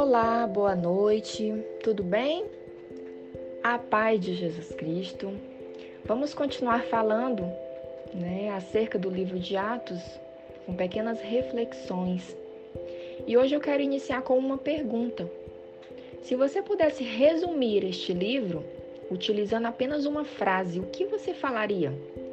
Olá, boa noite, tudo bem? A paz de Jesus Cristo. Vamos continuar falando, acerca do livro de Atos, com pequenas reflexões. E hoje eu quero iniciar com uma pergunta. Se você pudesse resumir este livro, utilizando apenas uma frase, o que você falaria?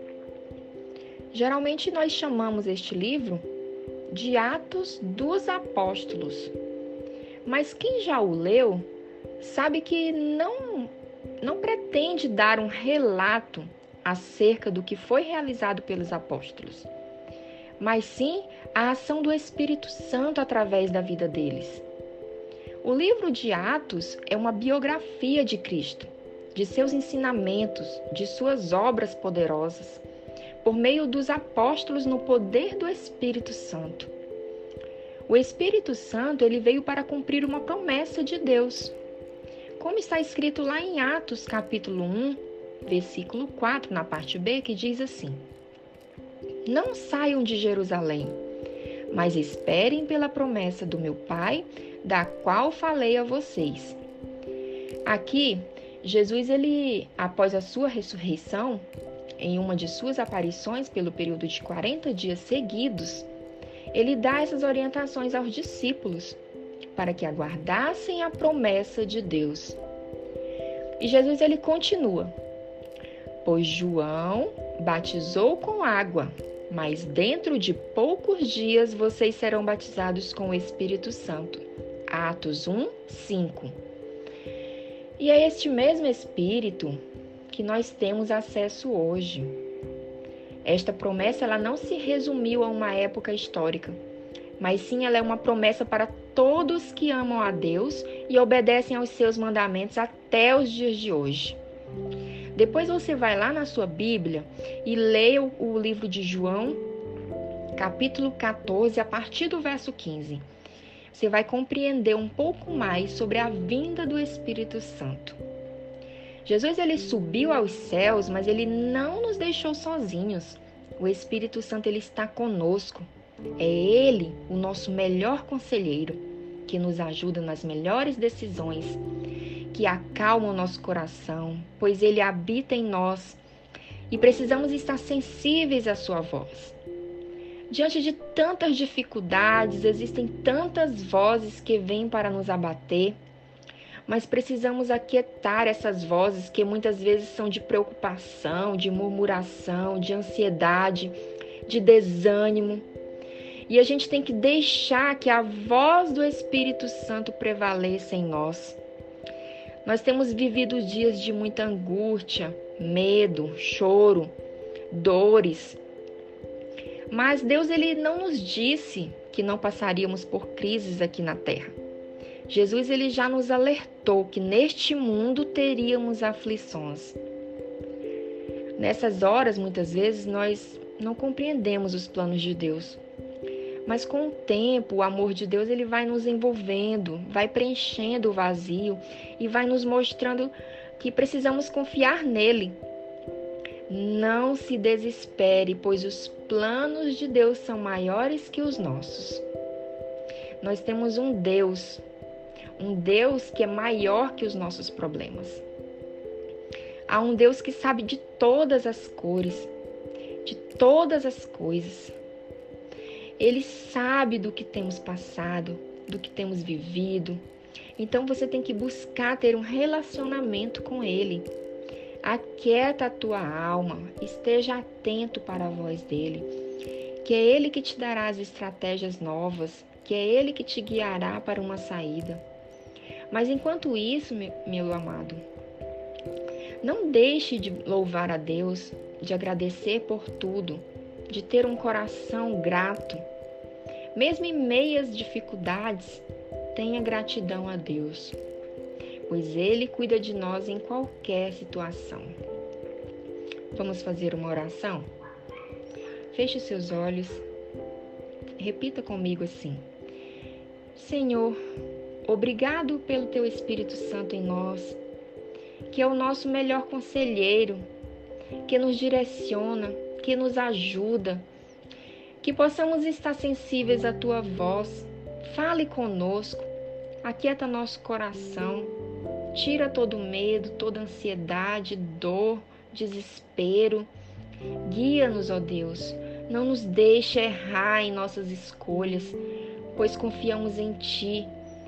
Geralmente nós chamamos este livro de Atos dos Apóstolos. Mas quem já o leu sabe que não pretende dar um relato acerca do que foi realizado pelos apóstolos, mas sim a ação do Espírito Santo através da vida deles. O livro de Atos é uma biografia de Cristo, de seus ensinamentos, de suas obras poderosas, por meio dos apóstolos no poder do Espírito Santo. O Espírito Santo ele veio para cumprir uma promessa de Deus. Como está escrito lá em Atos capítulo 1, versículo 4, na parte B, que diz assim: Não saiam de Jerusalém, mas esperem pela promessa do meu Pai, da qual falei a vocês. Aqui, Jesus, após a sua ressurreição, em uma de suas aparições pelo período de 40 dias seguidos, ele dá essas orientações aos discípulos para que aguardassem a promessa de Deus. E Jesus ele continua: Pois João batizou com água, mas dentro de poucos dias vocês serão batizados com o Espírito Santo. Atos 1, 5. E é este mesmo Espírito que nós temos acesso hoje. Esta promessa ela não se resumiu a uma época histórica, mas sim ela é uma promessa para todos que amam a Deus e obedecem aos seus mandamentos até os dias de hoje. Depois você vai lá na sua Bíblia e leia o livro de João, capítulo 14, a partir do verso 15. Você vai compreender um pouco mais sobre a vinda do Espírito Santo. Jesus ele subiu aos céus, mas ele não nos deixou sozinhos. O Espírito Santo ele está conosco. É ele o nosso melhor conselheiro, que nos ajuda nas melhores decisões, que acalma o nosso coração, pois ele habita em nós e precisamos estar sensíveis à sua voz. Diante de tantas dificuldades, existem tantas vozes que vêm para nos abater, mas precisamos aquietar essas vozes que muitas vezes são de preocupação, de murmuração, de ansiedade, de desânimo. E a gente tem que deixar que a voz do Espírito Santo prevaleça em nós. Nós temos vivido dias de muita angústia, medo, choro, dores. Mas Deus ele não nos disse que não passaríamos por crises aqui na terra. Jesus ele já nos alertou que neste mundo teríamos aflições. Nessas horas, muitas vezes, nós não compreendemos os planos de Deus. Mas com o tempo, o amor de Deus ele vai nos envolvendo, vai preenchendo o vazio e vai nos mostrando que precisamos confiar nele. Não se desespere, pois os planos de Deus são maiores que os nossos. Nós temos um Deus que é maior que os nossos problemas. Há um Deus que sabe de todas as cores, de todas as coisas. Ele sabe do que temos passado, do que temos vivido. Então você tem que buscar ter um relacionamento com Ele. Aquieta a tua alma, esteja atento para a voz dEle, que é Ele que te dará as estratégias novas, que é Ele que te guiará para uma saída. Mas enquanto isso, meu amado, não deixe de louvar a Deus, de agradecer por tudo, de ter um coração grato. Mesmo em meias dificuldades, tenha gratidão a Deus, pois Ele cuida de nós em qualquer situação. Vamos fazer uma oração? Feche os seus olhos, repita comigo assim: Senhor, obrigado pelo Teu Espírito Santo em nós, que é o nosso melhor conselheiro, que nos direciona, que nos ajuda, que possamos estar sensíveis à Tua voz. Fale conosco, Aquieta nosso coração, tira todo medo, toda ansiedade, dor, desespero. Guia-nos, ó Deus, não nos deixe errar em nossas escolhas, pois confiamos em Ti,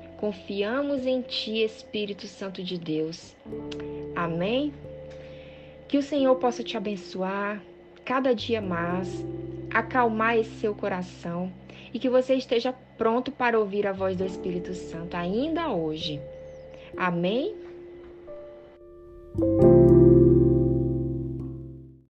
Espírito Santo de Deus. Amém? Que o Senhor possa te abençoar cada dia mais, acalmar esse seu coração e que você esteja pronto para ouvir a voz do Espírito Santo ainda hoje. Amém?